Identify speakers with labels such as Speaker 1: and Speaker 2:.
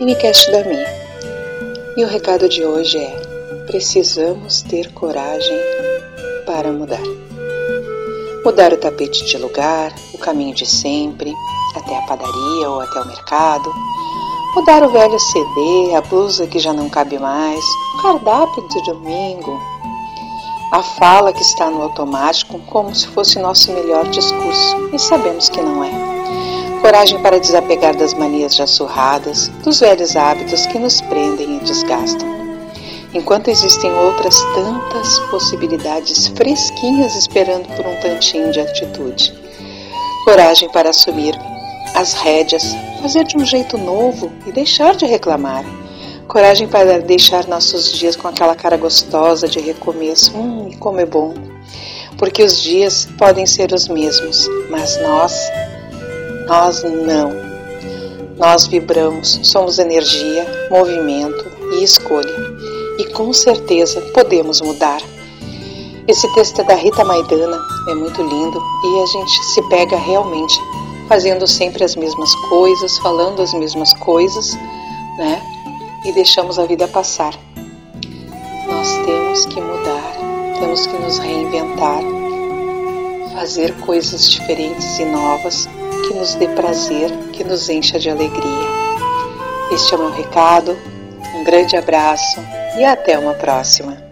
Speaker 1: Minicast da Mi. E o recado de hoje é: precisamos ter coragem para mudar. Mudar o tapete de lugar, o caminho de sempre, até a padaria ou até o mercado. Mudar o velho CD, a blusa que já não cabe mais, o cardápio de domingo. A fala que está no automático como se fosse nosso melhor discurso, e sabemos que não é. Coragem para desapegar das manias já surradas, dos velhos hábitos que nos prendem e desgastam. Enquanto existem outras tantas possibilidades fresquinhas esperando por um tantinho de atitude. Coragem para assumir as rédeas, fazer de um jeito novo e deixar de reclamar. Coragem para deixar nossos dias com aquela cara gostosa de recomeço. E como é bom! Porque os dias podem ser os mesmos, mas nós não. Nós vibramos, somos energia, movimento e escolha. E com certeza podemos mudar. Esse texto é da Rita Maidana, é muito lindo e a gente se pega realmente fazendo sempre as mesmas coisas, falando as mesmas coisas, né? E deixamos a vida passar. Nós temos que mudar, temos que nos reinventar, fazer coisas diferentes e novas que nos dê prazer, que nos encha de alegria. Este é o meu recado, um grande abraço e até uma próxima.